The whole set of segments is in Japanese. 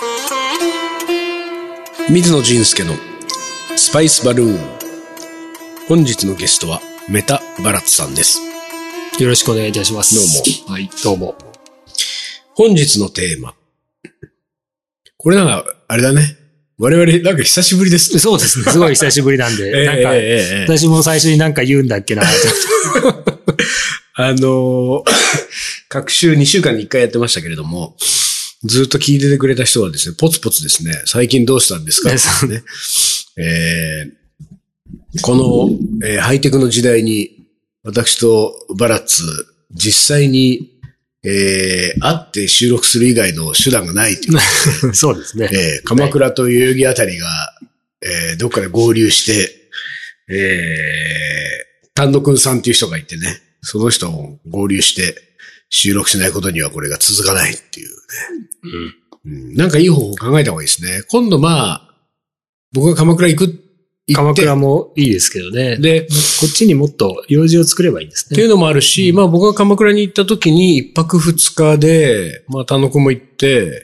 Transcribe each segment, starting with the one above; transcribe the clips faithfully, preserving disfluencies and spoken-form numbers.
水野仁介のスパイスバルーン。本日のゲストはメタバラッツさんです。 よろしくお願いいたします。 どうも。 はい、どうも。 本日のテーマ。これなんか、あれだね。我々なんか久しぶりです。 そうですね。すごい久しぶりなんで。 えー、 なんか、えー、私も最初になんか言うんだっけな。 あのー、各週にしゅうかんにいっかいやってましたけれども、ずっと聞いててくれた人はですね、ポツポツですね、最近どうしたんですかってね、えー、この、えー、ハイテクの時代に、私とバラッツ、実際に、えー、会って収録する以外の手段がないという、 そうですね。 えー、鎌倉と代々木あたりが、えー、どっかで合流して、えー、丹野くんさんっていう人がいてね、その人を合流して収録しないことにはこれが続かないっていうね。うんうん、なんかいい方法を考えた方がいいですね。今度まあ、僕が鎌倉行く、行って。 鎌倉もいいですけどね。 で、 こっちにもっと用事を作ればいいんですね。 っていうのもあるし、うん、まあ僕が鎌倉に行った時に一泊二日で、まあ丹野くんも行って、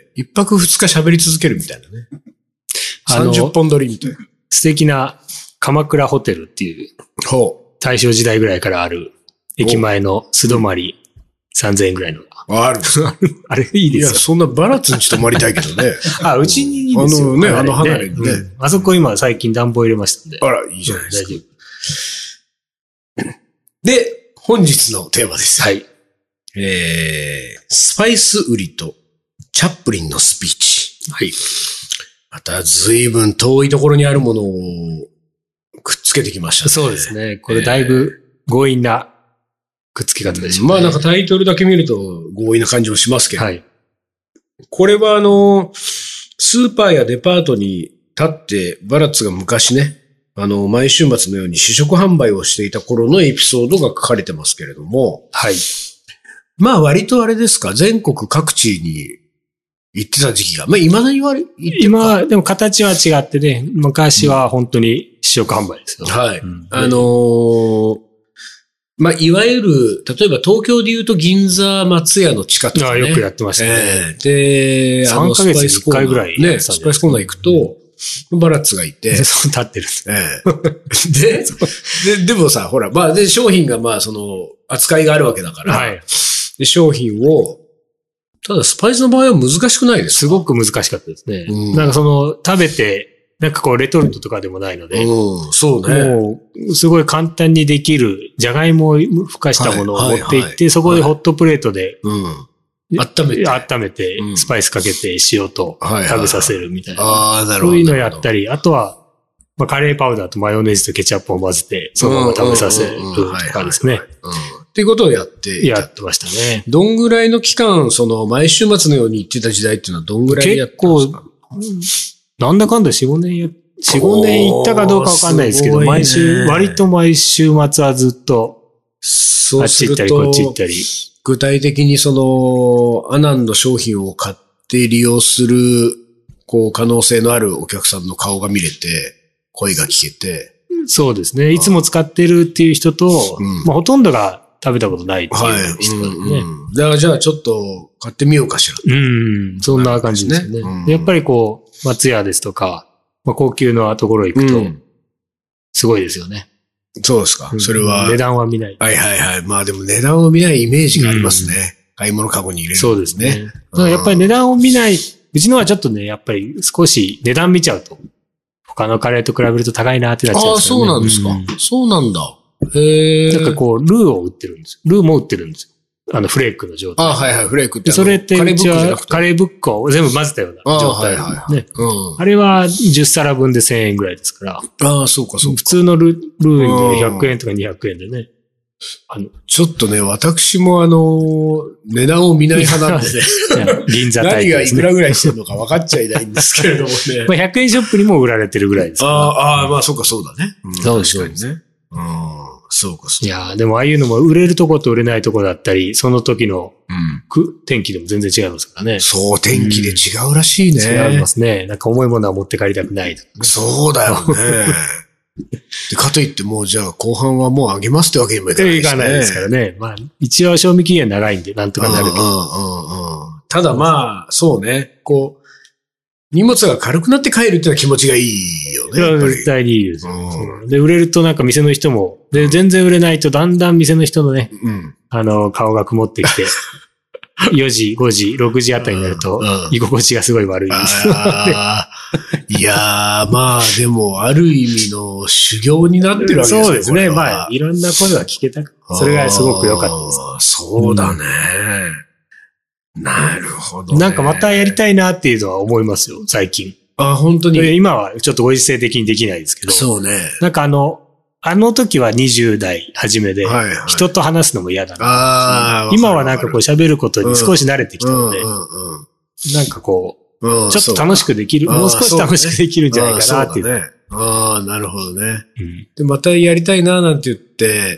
一泊二日喋り続けるみたいなね。さんじゅっぽん撮りみたいな。 素敵な鎌倉ホテルっていう、 ほう。 大正時代ぐらいからある駅前の素泊まりさんぜんえんぐらいの。 ある。 あれいいですよ。 いや、そんなバラッツに泊まりたいけどね。 あ、うちにいいですよ。 あのね、あの離れにね、うん。 あそこ今最近暖房入れましたんで。 あら、いいじゃないですか。大丈夫。で、本日のテーマです。 はい。 えー、スパイス売りとチャップリンのスピーチ。 はい。 また随分遠いところにあるものをくっつけてきましたね。 そうですね。これだいぶ強引なくっつけ方でしょうね。 まあなんかタイトルだけ見ると強引な感じもしますけど。 はい。 これはあの、スーパーやデパートに立ってバラッツが昔ね、あの、毎週末のように試食販売をしていた頃のエピソードが書かれてますけれども。 はい。 まあ割とあれですか、全国各地に行ってた時期が。まあ未だに言われ、言って今は、でも形は違ってね、昔は本当に試食販売ですよ。 うん、はい。うん、あのー、まあ、いわゆる、例えば東京で言うと銀座松屋の地下とかね。 ああ、よくやってましたね。 えー、で、 さんかげつにいっかいぐらいね、スパイスコーナー行くと、バラッツがいて。 そう立ってる。 えー、でで、でもさ、ほら、まあ、で、商品がまあ、その、扱いがあるわけだから、はい、で商品を、ただスパイスの場合は難しくないですか？ すごく難しかったですね。うん、なんかその、食べて、なんかこう、レトルトとかでもないので。 うん、そうね。 もう、すごい簡単にできる、じゃがいもをふかしたものを持っていって、はいはいはい、そこでホットプレートで、 うん、温めて、 温めて、スパイスかけて塩と食べさせるみたいな。 はいはいはい、ああ、なるほど。 そういうのをやったり、あとは、まあ、カレーパウダーとマヨネーズとケチャップを混ぜて、そのまま食べさせるとかですね。 っていうことをやって。 やってましたね。 どんぐらいの期間、その、毎週末のように行ってた時代っていうのはどんぐらいやってたんですか？ 結構、なんだかんだよん、ごねんやって、よん、ごねん行ったかどうかわかんないですけど、毎週、割と毎週末はずっと、あっち行ったりこっち行ったり。 具体的にその、アナンの商品を買って利用する、こう、可能性のあるお客さんの顔が見れて、声が聞けて。 そうですね。いつも使ってるっていう人と、うん、まあほとんどが食べたことないっていう人だね。はいうんうん、 だからじゃあちょっと買ってみようかしら。 うん、そんな感じですよね。うん、やっぱりこう、松屋ですとか、まあ、高級のところ行くと、すごいですよね。 うん、そうですか。それは。 値段は見ない。 はいはいはい。まあでも値段を見ないイメージがありますね。うん、買い物カゴに入れる、ね。 そうですね。だからやっぱり値段を見ない、うちのはちょっとね、やっぱり少し値段見ちゃうと、他のカレーと比べると高いなってなっちゃうんですよね。 ああ、そうなんですか。うん、そうなんだ。へえ。 なんかこう、ルーを売ってるんですよ。ルーも売ってるんですよ。あの、フレークの状態。 ああ、はいはい、フレークって。 それって、うちはカレーブックを全部混ぜたような状態。あ,、はいはいはいねうん、あれはじゅっさらぶんでせんえんぐらいですから。 ああ、そうかそうか。 普通のル, ルーでひゃくえんとかにひゃくえんでね。 あのちょっとね、私もあの、値段を見ない派なんでね。 銀座タイプですね。 何がいくらぐらいしてるのか分かっちゃいないんですけれどもね。 まあひゃくえんショップにも売られてるぐらいですから。 ああ、まあそうかそうだね。 うん、そうですね。 うんそうかそう。 いやでもああいうのも売れるとこと売れないとこだったり、その時の、うん、天気でも全然違いますからね。 そう、天気で違うらしいね。 うん、違いますね。なんか重いものは持って帰りたくないとか、 ね。そうだよね。でかといってもうじゃあ後半はもうあげますってわけにもいかないですね。 いかないですからね。まあ一応賞味期限長いんでなんとかなるけど。 うんうんうんうん、ただまあ、そうね。こう、 荷物が軽くなって帰るっていうのは気持ちがいいよね。 いや、絶対にいいです、うん。で、売れるとなんか店の人も、で、全然売れないとだんだん店の人のね、うん、あの、顔が曇ってきて、よじ、ごじ、ろくじあたりになると、居心地がすごい悪いです。 いやー、まあでも、ある意味の修行になってるわけですね。 そうですね。まあ、いろんな声が聞けた。それがすごく良かったです。 そうだね。うん、なるほど、ね。 なんかまたやりたいなっていうのは思いますよ、最近。 あ、本当に。 今はちょっとご時世的にできないですけど。 そうね。 なんかあの、あの時はにじゅう代初めで、はいはい、人と話すのも嫌だな。今はなんかこう喋ることに少し慣れてきたので、なんかこう、うん、ちょっと楽しくできる、もう少し楽しくできるんじゃないかなっていう。 ね、ああ、なるほどね、うん。で、またやりたいななんて言って、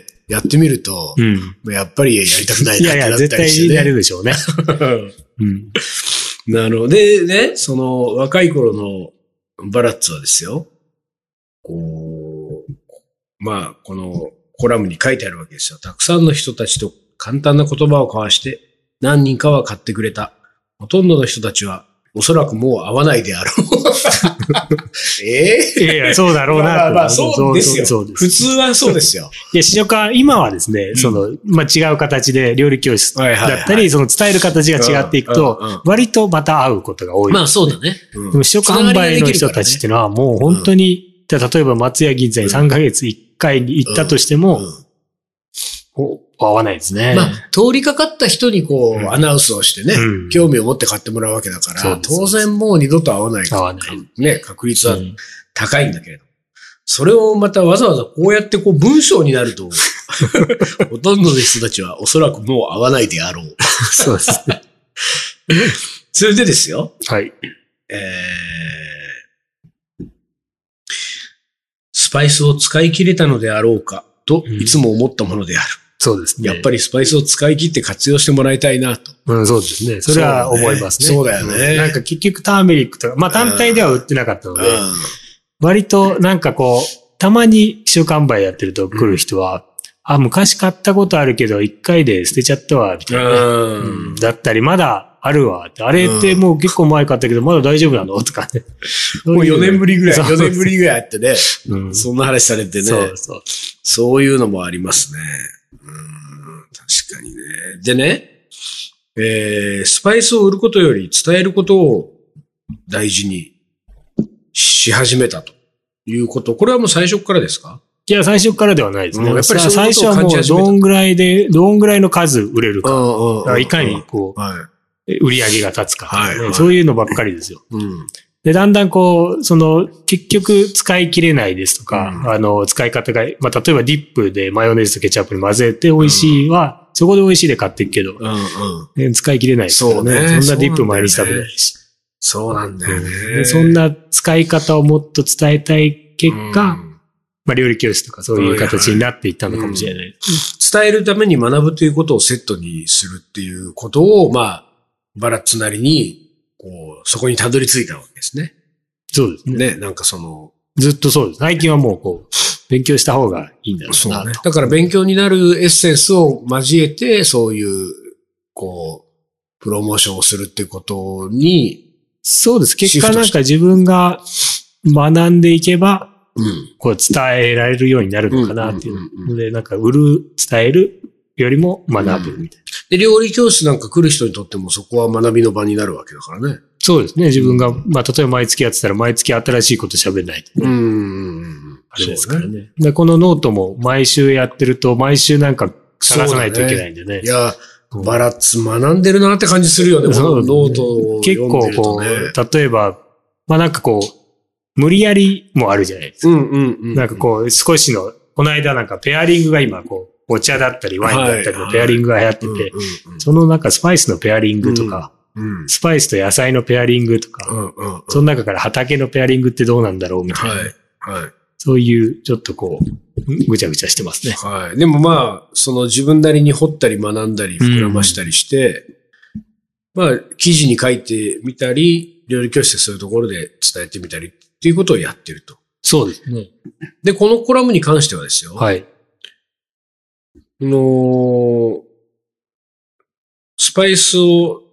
やってみると、うん、やっぱりやりたくないなってなったりして、ね。いやいや、絶対になるでしょうね。 うん、なるほど。で、ね、その若い頃のバラッツはですよ、こう、まあ、このコラムに書いてあるわけですよ。たくさんの人たちと簡単な言葉を交わして、何人かは買ってくれた。ほとんどの人たちは、おそらくもう会わないであろう。ええー、 いやいや、そうだろうな。 まあまあ、そうですよ。そうです。普通はそうですよ。 いや、試食は今はですね、うん、その、まあ、違う形で料理教室だったり、はいはいはい、その伝える形が違っていくと、うんうんうん、割とまた会うことが多い。 まあそうだね。 うん、でも試食販売の人たちっていうのはもう本当に、うん、例えば松屋銀座にさんかげついっかいに行ったとしても、うんうん合わないですね。 まあ、通りかかった人にこう、うん、アナウンスをしてね、うん、興味を持って買ってもらうわけだから、当然もう二度と会わない合わない。 ね、確率は高いんだけれど。うん、それをまたわざわざこうやってこう文章になると、ほとんどの人たちはおそらくもう会わないであろう。 そうですね。 それでですよ。 はい。 えー、スパイスを使い切れたのであろうか。と、いつも思ったものである。うん、 そうですね。 やっぱりスパイスを使い切って活用してもらいたいなと。 うん、そうですね。それは思いますね。 そうだよね。 なんか結局ターメリックとか、まあ単体では売ってなかったので、割となんかこう、たまに試食販売やってると来る人は、うん、あ、昔買ったことあるけど、一回で捨てちゃったわ、みたいな、ねうん。だったり、まだあるわ。あれってもう結構前買ったけど、まだ大丈夫なのとかね。 もうよねんぶりぐらい、よねんぶりぐらいあってね。うん、そんな話されてね。 そうそう。 そういうのもありますね。うん、確かにね。でね、えー、スパイスを売ることより伝えることを大事にし始めたということ。これはもう最初からですか？ いや、最初からではないですね。うん、やっぱり最初はもうどんぐらいで、どんぐらいの数売れるか。いかにこう、はい売り上げが立つか、ねはいはい、そういうのばっかりですよ。うん、で、だんだんこう、その、結局使い切れないですとか、うん、あの、使い方が、まあ、例えばディップでマヨネーズとケチャップに混ぜて美味しいは、うん、そこで美味しいで買っていくけど、うんうん、使い切れないですからね。そうね。そんなディップ毎日食べないし。 そうなんだよね。 でそんな使い方をもっと伝えたい結果、うんまあ、料理教室とかそういう形になっていったのかもしれない。はいはいうん、 伝えるために学ぶということをセットにするっていうことを、まあ、バラッツなりに、こう、そこにたどり着いたわけですね。 そうですね。 ね、なんかその。 ずっとそうです。最近はもうこう、勉強した方がいいんだろうなと。そうね。 だから勉強になるエッセンスを交えて、そういう、こう、プロモーションをするっていうことに。 そうです。結果なんか自分が学んでいけば、うん、こう伝えられるようになるのかなっていうので、なんか売る、伝えるよりも学ぶみたいな。 で、料理教室なんか来る人にとってもそこは学びの場になるわけだからね。 そうですね。自分が、まあ、例えば毎月やってたら毎月新しいこと喋んないと、ね。うん。あれですからね。ねで、このノートも毎週やってると、毎週なんか探さないといけないんでね。 ねいや、バラッツ学んでるなって感じするよね。このノートを読んでると、ね。 結構こう、例えば、まあなんかこう、無理やりもあるじゃないですか。うんうんうん。なんかこう、少しの、この間なんかペアリングが今こう、お茶だったりワインだったりのペアリングが流行ってて、その中スパイスのペアリングとか、うん、スパイスと野菜のペアリングとか、うんうんうん、その中から畑のペアリングってどうなんだろうみたいな。はいはい、そういうちょっとこう、ぐちゃぐちゃしてますね。 はい。でもまあ、その自分なりに掘ったり学んだり膨らましたりして、うん、まあ、記事に書いてみたり、料理教室でそういうところで伝えてみたりっていうことをやってると。 そうですね。 で、このコラムに関してはですよ。 はい。 の、スパイスを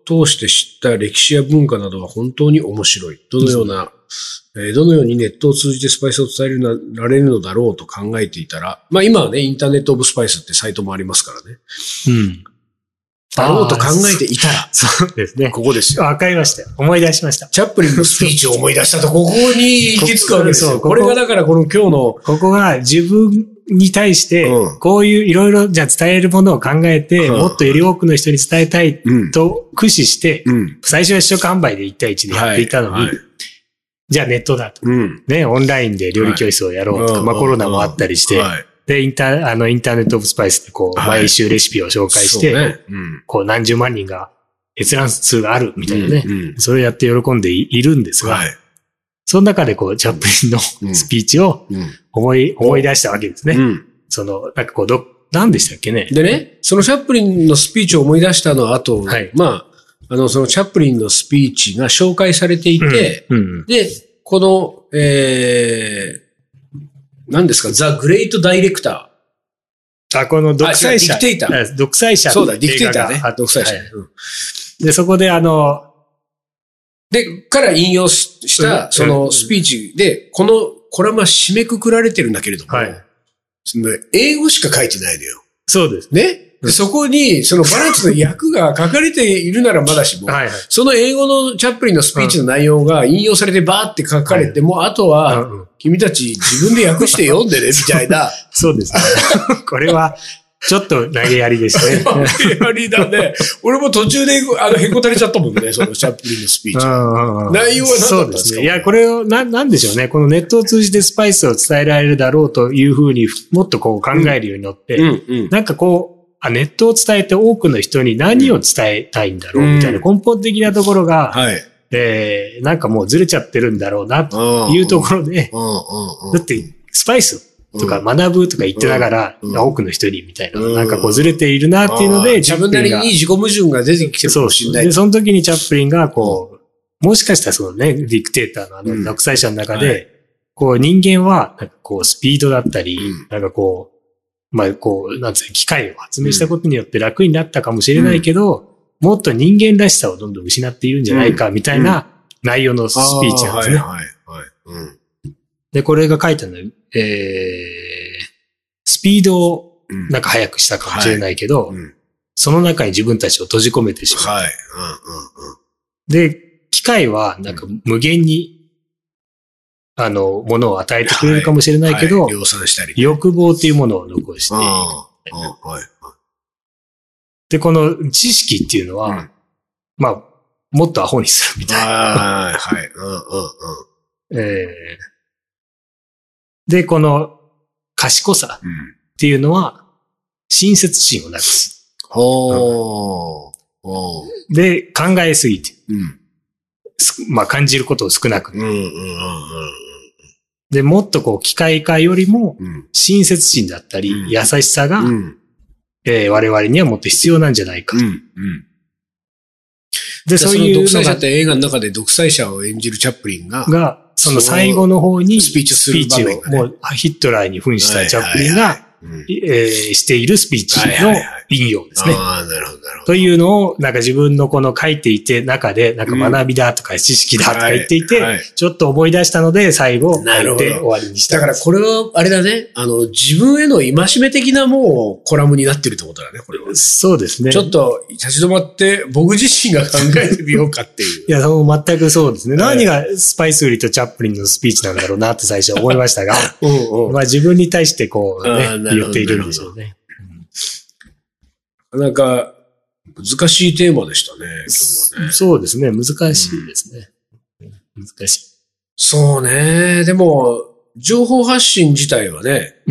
通して知った歴史や文化などは本当に面白い。どのような、えー、どのようにネットを通じてスパイスを伝えられるのだろうと考えていたら、まあ今はね、インターネットオブスパイスってサイトもありますからね。 うん。 だろうと考えていたら。 そうですね。 ここですよ。 わかりましたよ。思い出しました。 チャップリンのスピーチを思い出したと、ここに行き着くわけですよ。こここれがだからこの今日の。 ここが自分に対して、こういういろいろじゃあ伝えるものを考えて、うん、もっとより多くの人に伝えたいと駆使して、うん、最初は試食販売でいち対いちでやっていたのに、はいはい、じゃあネットだと、うん。ね、オンラインで料理教室をやろうとか、はい、まあコロナもあったりして、はい、で、インター、あの、インターネットオブスパイスでこう、毎週レシピを紹介して、はいねうん、こう、何十万人が閲覧数があるみたいなね、うんうん、それをやって喜んでいるんですが、はい、その中でこう、チャップリンのスピーチを思い、うん、思い出したわけですね。うん、その、なんかこう、ど、何でしたっけね。 でね、そのチャップリンのスピーチを思い出したの後、はい、まあ、あの、そのチャップリンのスピーチが紹介されていて、うんうん、で、この、えー、何ですか、ザ・グレイト・ダイレクター。あ、この独裁者。 ディクテイター。 独裁者。 そうだ、ディクテイターね。独裁者、はいうん。で、そこであの、 で、から引用した、そのスピーチで、この、これはまあ締めくくられてるんだけれども、はい、その英語しか書いてないのよ。 そうです。 ね。でそこに、そのバランスの訳が書かれているならまだしも、はいはい、その英語のチャップリンのスピーチの内容が引用されてバーって書かれて、はい、もうあとは、君たち自分で訳して読んでね、みたいな。 そうですね。これは、ちょっと投げやりですね。 投げやりだね。俺も途中で、あの、へこたれちゃったもんね、そのチャップリンのスピーチ。内容は何だったんですか？そうですね。 いや、これを、な、なんでしょうね。このネットを通じてスパイスを伝えられるだろうというふうにもっとこう考えるようになって、うんうんうん、なんかこう、あ、ネットを伝えて多くの人に何を伝えたいんだろうみたいな根本的なところが、うんはい、えー、なんかもうずれちゃってるんだろうなというところで、だってスパイスとか学ぶとか言ってながら、うん、多くの人にみたいな、うん、なんかこうずれているなっていうので、 自分なりに自己矛盾が出てきてるかもしれない。 で、その時にチャップリンがこう、もしかしたらそのね、ディクテーターのあの独裁者の中で、うんはい、こう人間はなんかこうスピードだったり、うん、なんかこう、まあ、こう、なんつうの、機械を発明したことによって楽になったかもしれないけど、うん、もっと人間らしさをどんどん失っているんじゃないか、みたいな内容のスピーチなんですね。はいはいはいうん、で、これが書いたのは、えー、スピードをなんか速くしたかもしれないけど、うんはいうん、その中に自分たちを閉じ込めてしまう。はいうんうんうん、で、機械はなんか無限に、あの、ものを与えてくれるかもしれないけど、はいはい、量産したり、ね、欲望っていうものを残して、はいはい、で、この知識っていうのは、うん、まあ、もっとアホにするみたいな。はいはい、うんうんうんえー、で、この賢さっていうのは、親切心をなくす。ほーうん、で、考えすぎて、うんまあ、感じることを少なく、うんうんうんうんで、もっとこう、機械化よりも、親切心だったり、うん、優しさが、うんえー、我々にはもっと必要なんじゃないかと。うんうん、 で、そういう。独裁者って映画の中で独裁者を演じるチャップリンが、 が、その最後の方に、 スピーチする場面が、 ね、を、もうヒットラーに扮したチャップリンが、はいはいはいうんえー、しているスピーチの引用ですね。はいはいはい、ああ、なるほど、なるほど。というのを、なんか自分のこの書いていて中で、なんか学びだとか知識だとか言っていて、うんはいはい、ちょっと思い出したので、最後、書いて終わりにした。 だからこれは、あれだね、あの、自分への戒め的なもう、コラムになってるってことだね、これは。 そうですね。 ちょっと、立ち止まって、僕自身が考えてみようかっていう。 いや、全くそうですね。何がスパイス売りとチャップリンのスピーチなんだろうなって最初思いましたが、うんうん、まあ自分に対してこうね、言っているんでしょうね。 なんか、難しいテーマでしたね。 今日はねそうですね。難しいですね、うん。難しい。 そうね。でも、情報発信自体はね、うん、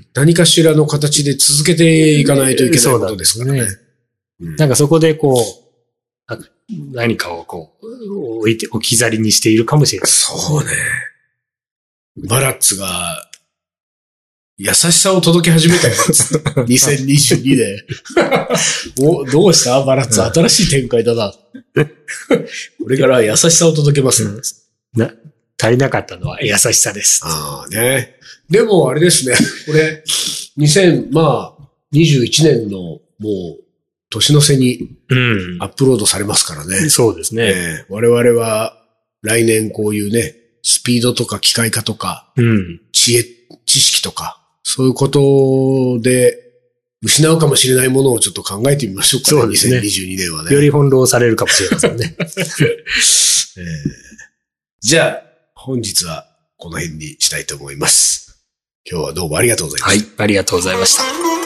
何かしらの形で続けていかないといけないことですからね。ねうん、なんかそこでこう、何かをこう、置いて、置き去りにしているかもしれない。 そうね。バラッツが、優しさを届け始めたよ。にせんにじゅうにねん。お、どうしたバラッツ、新しい展開だな。これから優しさを届けます、うんな。足りなかったのは優しさです。 ああね。でもあれですね。これ、にせんにじゅういちねんのもう年の瀬にアップロードされますからね。 うん、そうですね、 えー。我々は来年こういうね、スピードとか機械化とか、うん、知恵、知識とか、そういうことで失うかもしれないものをちょっと考えてみましょうかね。そうですね。にせんにじゅうにねんはね。 より翻弄されるかもしれませんね。えー、じゃあ、本日はこの辺にしたいと思います。今日はどうもありがとうございました。 はい、ありがとうございました。